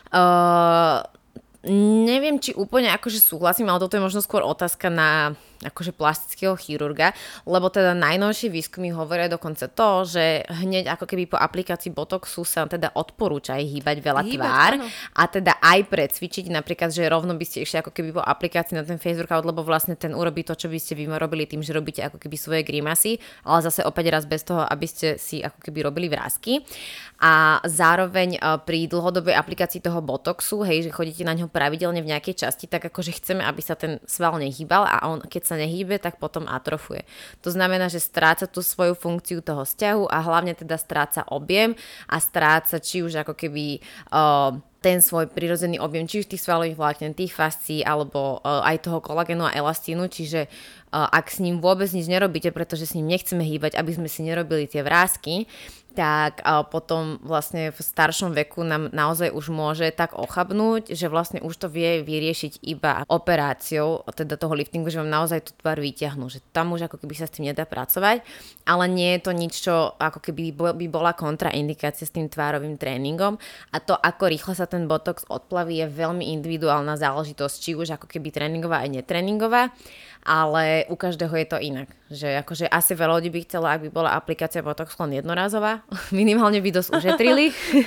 Uh, neviem, či úplne akože súhlasím, ale toto je možno skôr otázka na akože plastického chirurga, lebo teda najnovšie výskumy hovoria dokonca to, že hneď ako keby po aplikácii Botoxu sa teda odporúča aj hýbať veľa hýbať, tvár áno. A teda aj precvičiť, napríklad, že rovno by ste išli ako keby po aplikácii na ten face workout, lebo vlastne ten urobí to, čo by ste vy robili tým, že robíte ako keby svoje grimasy, ale zase opäť raz bez toho, aby ste si ako keby robili vrásky. A zároveň pri dlhodobej aplikácii toho Botoxu, hej, že chodíte na ňo pravidelne v nejakej časti, tak akože chceme, aby sa ten sval nehýbal a on, keď sa nehýbe, tak potom atrofuje. To znamená, že stráca tú svoju funkciu toho vzťahu a hlavne teda stráca objem a stráca či už ako keby uh, ten svoj prirodzený objem, či už tých svalových vlákien, tých fascií, alebo uh, aj toho kolagénu a elastínu, čiže uh, ak s ním vôbec nič nerobíte, pretože s ním nechceme hýbať, aby sme si nerobili tie vrásky, tak uh, potom vlastne v staršom veku nám naozaj už môže tak ochabnúť, že vlastne už to vie vyriešiť iba operáciou, teda toho liftingu, že vám naozaj tú tvár vyťahnú, že tam už ako keby sa s tým nedá pracovať, ale nie je to nič, čo ako keby by bola kontraindikácia s tým tvárovým tréningom a to, ako rýchlo sa ten botox odplaví, je veľmi individuálna záležitosť, či už ako keby tréningová aj netréningová, ale u každého je to inak. Že akože asi veľa ľudí by chcelo, ak by bola aplikácia Botox len jednorazová, minimálne by dosť ušetrili,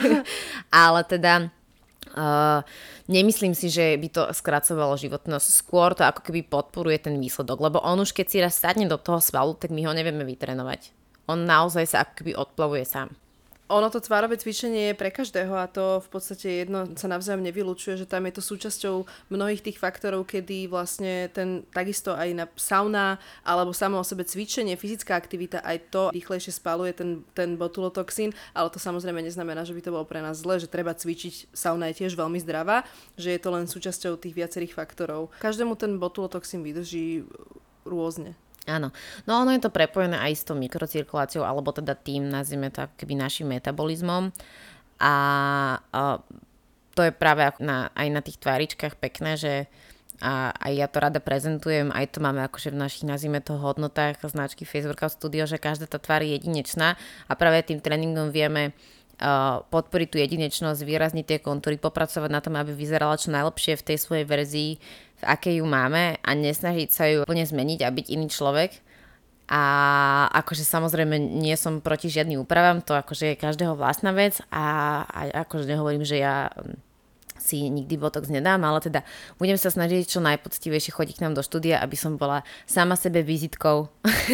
ale teda uh, nemyslím si, že by to skracovalo životnosť. Skôr to ako keby podporuje ten výsledok, lebo on už keď si raz sadne do toho svalu, tak my ho nevieme vytrénovať. On naozaj sa ako keby odplavuje sám. Ono to tvárové cvičenie je pre každého a to v podstate jedno sa navzájom nevylučuje, že tam je to súčasťou mnohých tých faktorov, kedy vlastne ten takisto aj na sauna alebo samo o sebe cvičenie, fyzická aktivita, aj to rýchlejšie spaluje ten, ten botulotoxín, ale to samozrejme neznamená, že by to bolo pre nás zle, že treba cvičiť, sauna je tiež veľmi zdravá, že je to len súčasťou tých viacerých faktorov. Každému ten botulotoxín vydrží rôzne. Áno, no ono je to prepojené aj s tou mikrocirkuláciou, alebo teda tým, nazvime to ako keby našim metabolizmom a, a to je práve na, aj na tých tváričkách pekné, že a aj ja to rada prezentujem, aj to máme akože v našich, nazvime to, hodnotách značky Face Workout Studio, že každá tá tvár je jedinečná a práve tým tréningom vieme uh, podporiť tú jedinečnosť, výrazniť tie kontúry, popracovať na tom, aby vyzerala čo najlepšie v tej svojej verzii, v akej ju máme a nesnažiť sa ju úplne zmeniť a byť iný človek. A akože samozrejme nie som proti žiadnym úpravám, to akože je každého vlastná vec a, a akože nehovorím, že ja si nikdy botox nedám, ale teda budem sa snažiť čo najpoctivejšie chodiť k nám do štúdia, aby som bola sama sebe vizitkou.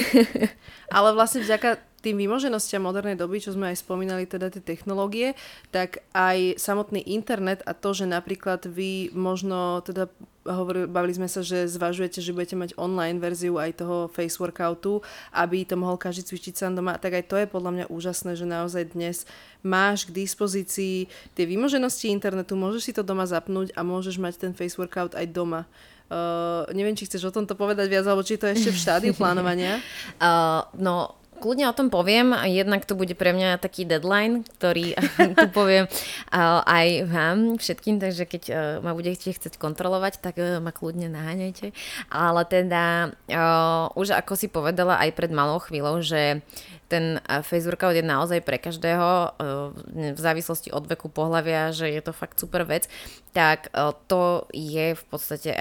Ale vlastne vďaka tým výmoženostiam modernej doby, čo sme aj spomínali, teda tie technológie, tak aj samotný internet a to, že napríklad vy možno teda hovorili, bavili sme sa, že zvažujete, že budete mať online verziu aj toho face workoutu, aby to mohol každý cvičiť sám doma, tak aj to je podľa mňa úžasné, že naozaj dnes máš k dispozícii tie výmoženosti internetu, môžeš si to doma zapnúť a môžeš mať ten face workout aj doma. Uh, neviem, či chceš o tomto povedať viac, alebo či to je ešte v štádiu plánovania? Uh, no, kľudne o tom poviem, jednak to bude pre mňa taký deadline, ktorý tu poviem uh, aj vám všetkým, takže keď uh, ma budete chcieť kontrolovať, tak uh, ma kľudne naháňajte. Ale teda uh, už ako si povedala aj pred malou chvíľou, že ten face workout je naozaj pre každého, uh, v závislosti od veku, pohlavia, že je to fakt super vec, tak uh, to je v podstate aj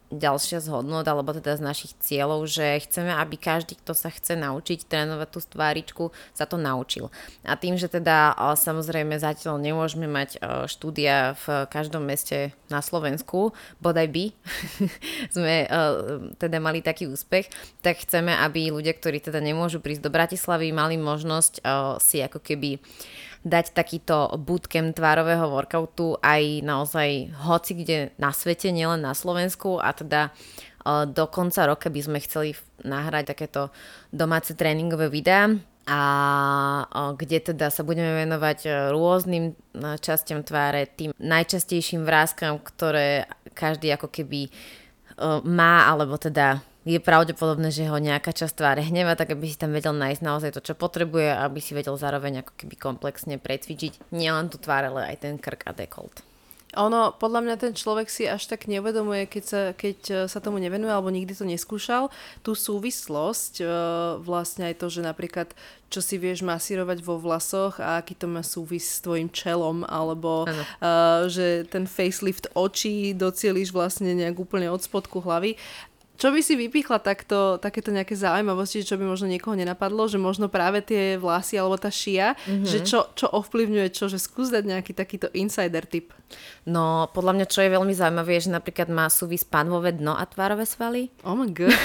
ďalšia z hodnot, alebo teda z našich cieľov, že chceme, aby každý, kto sa chce naučiť trénovať tú tváričku, sa to naučil. A tým, že teda samozrejme zatiaľ nemôžeme mať štúdia v každom meste na Slovensku, bodaj by sme teda mali taký úspech, tak chceme, aby ľudia, ktorí teda nemôžu prísť do Bratislavy, mali možnosť si ako keby dať takýto bootcamp tvárového workoutu aj naozaj hoci kde na svete, nielen na Slovensku, a teda uh, do konca roka by sme chceli nahrať takéto domáce tréningové videá, a uh, kde teda sa budeme venovať rôznym uh, častiam tváre, tým najčastejším vráskam, ktoré každý ako keby uh, má, alebo teda je pravdepodobné, že ho nejaká časť tváre hneva, tak aby si tam vedel nájsť naozaj to, čo potrebuje, aby si vedel zároveň ako keby komplexne precvičiť nielen tú tvár, ale aj ten krk a dekolt. Ono, podľa mňa ten človek si až tak neuvedomuje, keď sa, keď sa tomu nevenuje alebo nikdy to neskúšal, tú súvislosť, e, vlastne aj to, že napríklad čo si vieš masírovať vo vlasoch a aký to má súvis s tvojim čelom, alebo uh, že ten facelift očí docieliš vlastne nejak úplne od spodku hlavy. Čo by si vypichla takto, takéto nejaké zaujímavosti, čo by možno niekoho nenapadlo, že možno práve tie vlasy alebo tá šia, mm-hmm. že čo, čo ovplyvňuje čo, že skús dať nejaký takýto insider tip? No, podľa mňa, čo je veľmi zaujímavé, je, že napríklad má súvis pánvové dno a tvárové svaly. Oh my god.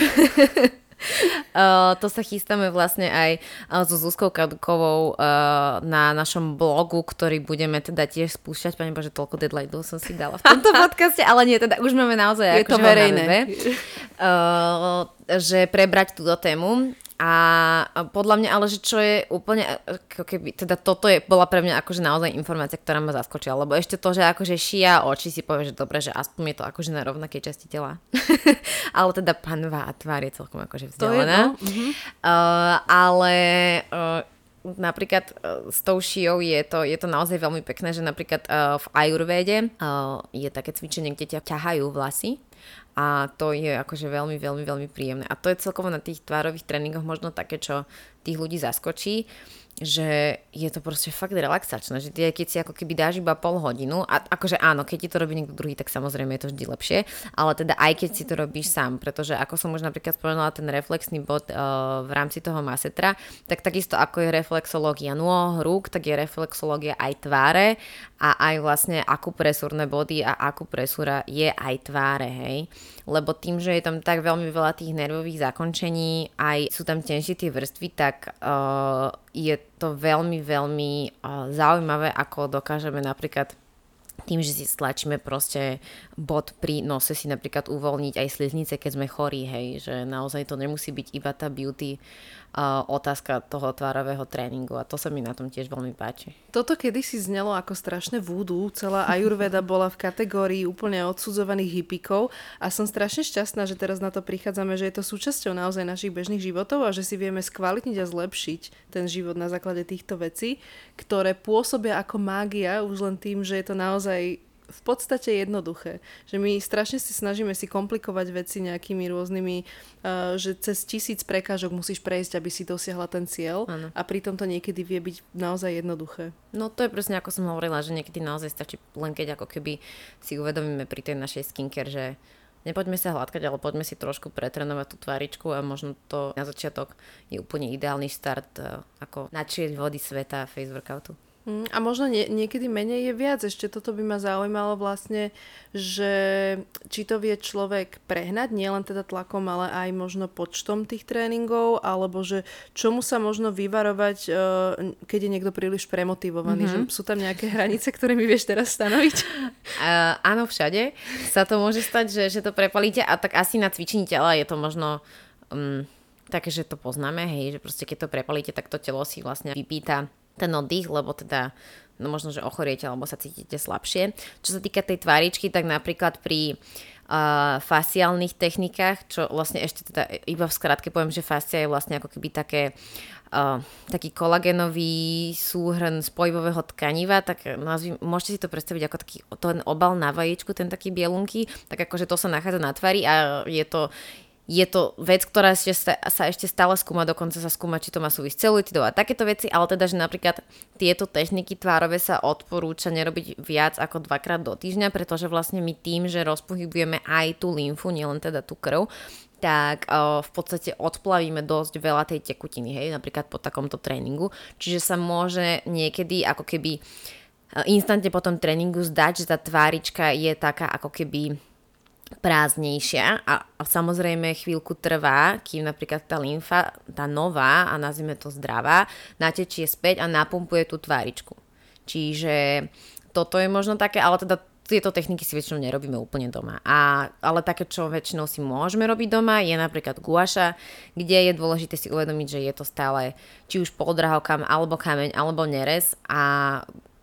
Uh, to sa chystáme vlastne aj uh, so Zuzkou Kadukovou uh, na našom blogu, ktorý budeme teda tiež spúšťať. Pane Bože, toľko deadlineov som si dala v tomto podcaste, ale nie, teda už máme naozaj je to verejné. Uh, že prebrať túto tému. A podľa mňa, ale že čo je úplne, keby, teda toto je, bola pre mňa akože naozaj informácia, ktorá ma zaskočila, lebo ešte to, že akože šia oči si povie, že dobre, že aspoň je to akože na rovnakej časti tela. Ale teda panva a tvár je celkom akože vzdialená. To je, no. uh-huh. uh, ale uh, napríklad uh, s tou šiou je to, je to naozaj veľmi pekné, že napríklad uh, v ajurvéde uh, je také cvičenie, kde ťa ťahajú vlasy. A to je akože veľmi, veľmi, veľmi príjemné. A to je celkovo na tých tvárových tréningoch možno také, čo tých ľudí zaskočí, že je to proste fakt relaxačné, že ty, keď si ako keby dáš iba pol hodinu, a akože áno, keď ti to robí niekto druhý, tak samozrejme je to vždy lepšie, ale teda aj keď si to robíš sám, pretože ako som už napríklad spomenula ten reflexný bod uh, v rámci toho masetra, tak takisto ako je reflexológia nôh, rúk, tak je reflexológia aj tváre a aj vlastne akupresúrne body a akupresúra je aj tváre, hej. Lebo tým, že je tam tak veľmi veľa tých nervových zakončení, aj sú tam tenšie tie vrstvy, tak uh, je to veľmi, veľmi uh, zaujímavé, ako dokážeme napríklad tým, že si stlačíme proste bod pri nose, si napríklad uvoľniť aj sliznice, keď sme chorí, hej, že naozaj to nemusí byť iba tá beauty uh, otázka toho tvárového tréningu a to sa mi na tom tiež veľmi páči. Toto kedysi znelo ako strašné voodoo, celá ajurveda bola v kategórii úplne odsudzovaných hippíkov a som strašne šťastná, že teraz na to prichádzame, že je to súčasťou naozaj našich bežných životov a že si vieme skvalitniť a zlepšiť ten život na základe týchto vecí, ktoré pôsobia ako mágia už len tým, že je to naozaj v podstate jednoduché. Že my strašne si snažíme si komplikovať veci nejakými rôznymi, uh, že cez tisíc prekážok musíš prejsť, aby si dosiahla ten cieľ. Ano. A pritom to niekedy vie byť naozaj jednoduché. No to je presne ako som hovorila, že niekedy naozaj stačí len keď ako keby si uvedomíme pri tej našej skincare, že nepoďme sa hladkať, ale poďme si trošku pretrenovať tú tváričku a možno to na začiatok je úplne ideálny štart uh, ako načrieť vody sveta face workoutu. A možno nie, niekedy menej je viac. Ešte toto by ma zaujímalo vlastne, že či to vie človek prehnať, nielen teda tlakom, ale aj možno počtom tých tréningov, alebo že čomu sa možno vyvarovať, keď je niekto príliš premotivovaný. Mm-hmm. Že sú tam nejaké hranice, ktoré mi vieš teraz stanoviť? Uh, áno, všade sa to môže stať, že, že to prepalíte a tak asi na cvičení tela je to možno um, také, že to poznáme, hej, že proste keď to prepalíte, tak to telo si vlastne vypýta ten oddych, lebo teda no možno, že ochoriete alebo sa cítite slabšie. Čo sa týka tej tváričky, tak napríklad pri uh, fasciálnych technikách, čo vlastne ešte teda iba v skratke poviem, že fascia je vlastne ako keby také uh, taký kolagénový súhrn spojivového tkaniva, tak nazvím, môžete si to predstaviť ako taký ten obal na vajíčku, ten taký bielunký, tak akože to sa nachádza na tvári a je to je to vec, ktorá ešte sa, sa ešte stále skúma, dokonca sa skúma, či to má súvisť s celulitidou a takéto veci, ale teda, že napríklad tieto techniky tvárové sa odporúča nerobiť viac ako dvakrát do týždňa, pretože vlastne my tým, že rozpohybujeme aj tú lymfu, nielen teda tú krv, tak uh, v podstate odplavíme dosť veľa tej tekutiny, hej, napríklad po takomto tréningu, čiže sa môže niekedy ako keby uh, instantne po tom tréningu zdať, že tá tvárička je taká ako keby prázdnejšia a, a samozrejme chvíľku trvá, kým napríklad tá lymfa, tá nová a nazvime to zdravá, natečie späť a napumpuje tú tváričku. Čiže toto je možno také, ale teda tieto techniky si väčšinou nerobíme úplne doma. A, ale také, čo väčšinou si môžeme robiť doma, je napríklad guaša, kde je dôležité si uvedomiť, že je to stále či už poldrahokam, alebo kameň, alebo nerez a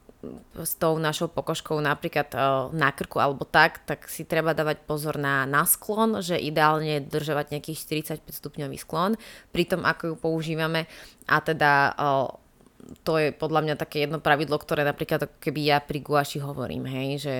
s tou našou pokožkou napríklad na krku alebo tak, tak si treba dávať pozor na, na sklon, že ideálne držovať nejaký štyridsaťpäť stupňový sklon pri tom, ako ju používame a teda to je podľa mňa také jedno pravidlo, ktoré napríklad keby ja pri guaši hovorím, hej, že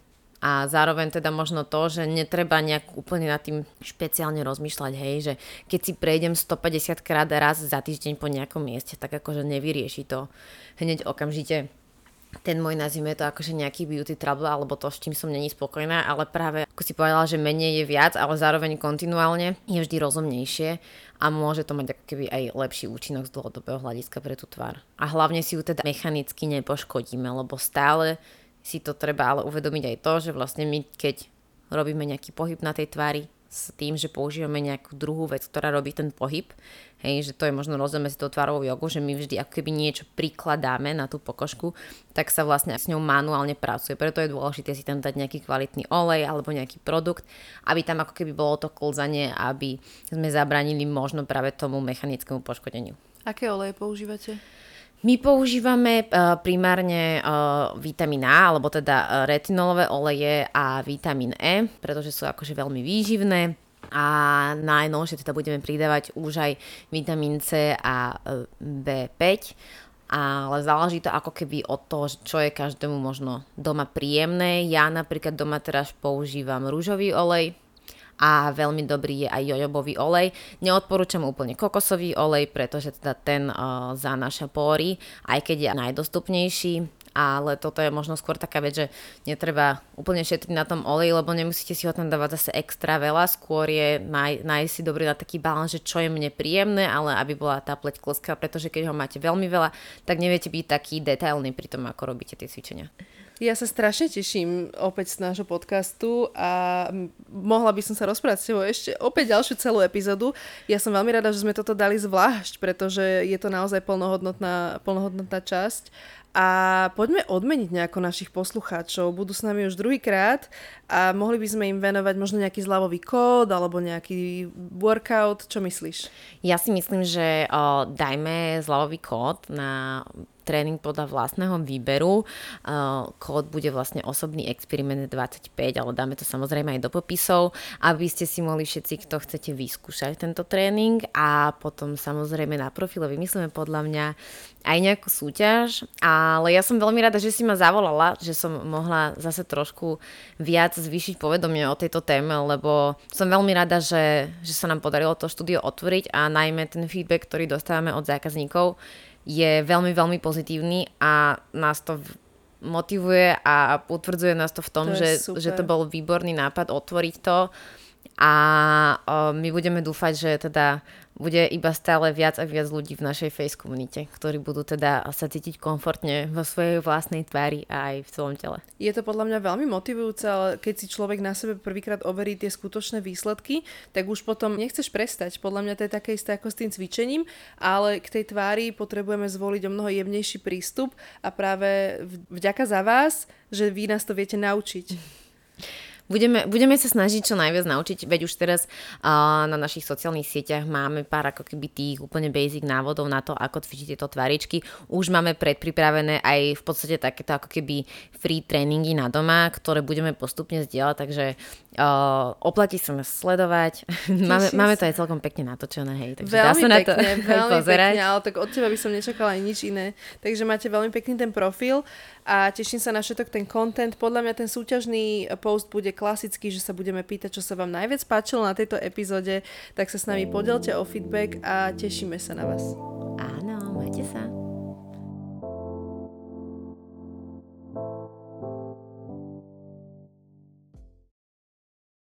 a zároveň teda možno to, že netreba nejak úplne nad tým špeciálne rozmýšľať, hej, že keď si prejdem stopäťdesiat krát raz za týždeň po nejakom mieste, tak akože nevyrieši to hneď okamžite ten môj, nazvime to akože nejaký beauty trouble alebo to, s čím som není spokojná, ale práve ako si povedala, že menej je viac, ale zároveň kontinuálne je vždy rozumnejšie a môže to mať ako keby aj lepší účinok z dlhodobého hľadiska pre tú tvár. A hlavne si ju teda mechanicky nepoškodíme, lebo stále si to treba ale uvedomiť aj to, že vlastne my keď robíme nejaký pohyb na tej tvári s tým, že používame nejakú druhú vec, ktorá robí ten pohyb, hej, že to je možno rozdiel medzi tou tvárovou jogou, že my vždy ako keby niečo prikladáme na tú pokožku, tak sa vlastne s ňou manuálne pracuje. Preto je dôležité si tam dať nejaký kvalitný olej alebo nejaký produkt, aby tam ako keby bolo to klzanie, aby sme zabránili možno práve tomu mechanickému poškodeniu. Aké oleje používate? My používame uh, primárne uh, vitamín A, alebo teda uh, retinolové oleje a vitamín E, pretože sú akože veľmi výživné a najnovšie teda budeme pridávať už aj vitamín C a uh, bé päť, ale záleží to ako keby od toho, čo je každému možno doma príjemné. Ja napríklad doma teraz používam rúžový olej, a veľmi dobrý je aj jojobový olej. Neodporúčam úplne kokosový olej, pretože teda ten uh, zanáša pory, aj keď je najdostupnejší, ale toto je možno skôr taká vec, že netreba úplne šetriť na tom oleji, lebo nemusíte si ho tam dávať zase extra veľa, skôr je naj, nájsť si dobrý na taký balans, že čo je mne príjemné, ale aby bola tá pleť klská, pretože keď ho máte veľmi veľa, tak neviete byť taký detailný pri tom, ako robíte tie cvičenia. Ja sa strašne teším opäť z nášho podcastu a mohla by som sa rozprávať s tebou ešte opäť ďalšiu celú epizódu. Ja som veľmi rada, že sme toto dali zvlášť, pretože je to naozaj plnohodnotná, plnohodnotná časť. A poďme odmeniť nejako našich poslucháčov. Budú s nami už druhýkrát a mohli by sme im venovať možno nejaký zľavový kód alebo nejaký workout. Čo myslíš? Ja si myslím, že o, dajme zľavový kód na tréning podľa vlastného výberu. Uh, kód bude vlastne osobný experiment dvadsaťpäť, ale dáme to samozrejme aj do popisov, aby ste si mohli všetci, kto chcete vyskúšať tento tréning a potom samozrejme na profile vymyslíme podľa mňa aj nejakú súťaž, ale ja som veľmi rada, že si ma zavolala, že som mohla zase trošku viac zvýšiť povedomie o tejto téme, lebo som veľmi rada, že, že sa nám podarilo to štúdio otvoriť a najmä ten feedback, ktorý dostávame od zákazníkov, je veľmi, veľmi pozitívny a nás to motivuje a potvrdzuje nás to v tom, to že, že to bol výborný nápad otvoriť to a o, my budeme dúfať, že teda bude iba stále viac a viac ľudí v našej face komunite, ktorí budú teda sa cítiť komfortne vo svojej vlastnej tvári a aj v celom tele. Je to podľa mňa veľmi motivujúce, ale keď si človek na sebe prvýkrát overí tie skutočné výsledky, tak už potom nechceš prestať. Podľa mňa to je také isté ako s tým cvičením, ale k tej tvári potrebujeme zvoliť o mnoho jemnejší prístup a práve vďaka za vás, že vy nás to viete naučiť. Budeme, budeme sa snažiť čo najviac naučiť, veď už teraz uh, na našich sociálnych sieťach máme pár ako keby tých úplne basic návodov na to, ako cvičiť tieto tváričky. Už máme predpripravené aj v podstate takéto ako keby free tréningy na doma, ktoré budeme postupne zdieľať, takže uh, oplatí sa nás sledovať. máme, máme to aj celkom pekne natočené, hej, takže veľmi dá sa na to pekne, veľmi pozerať. Pekne, ale tak od teba by som nečakala aj nič iné. Takže máte veľmi pekný ten profil a teším sa na všetok ten content. Podľa mňa ten súťažný post bude klasicky, že sa budeme pýtať, čo sa vám najviac páčilo na tejto epizóde, tak sa s nami podelte o feedback a tešíme sa na vás. Áno, majte sa.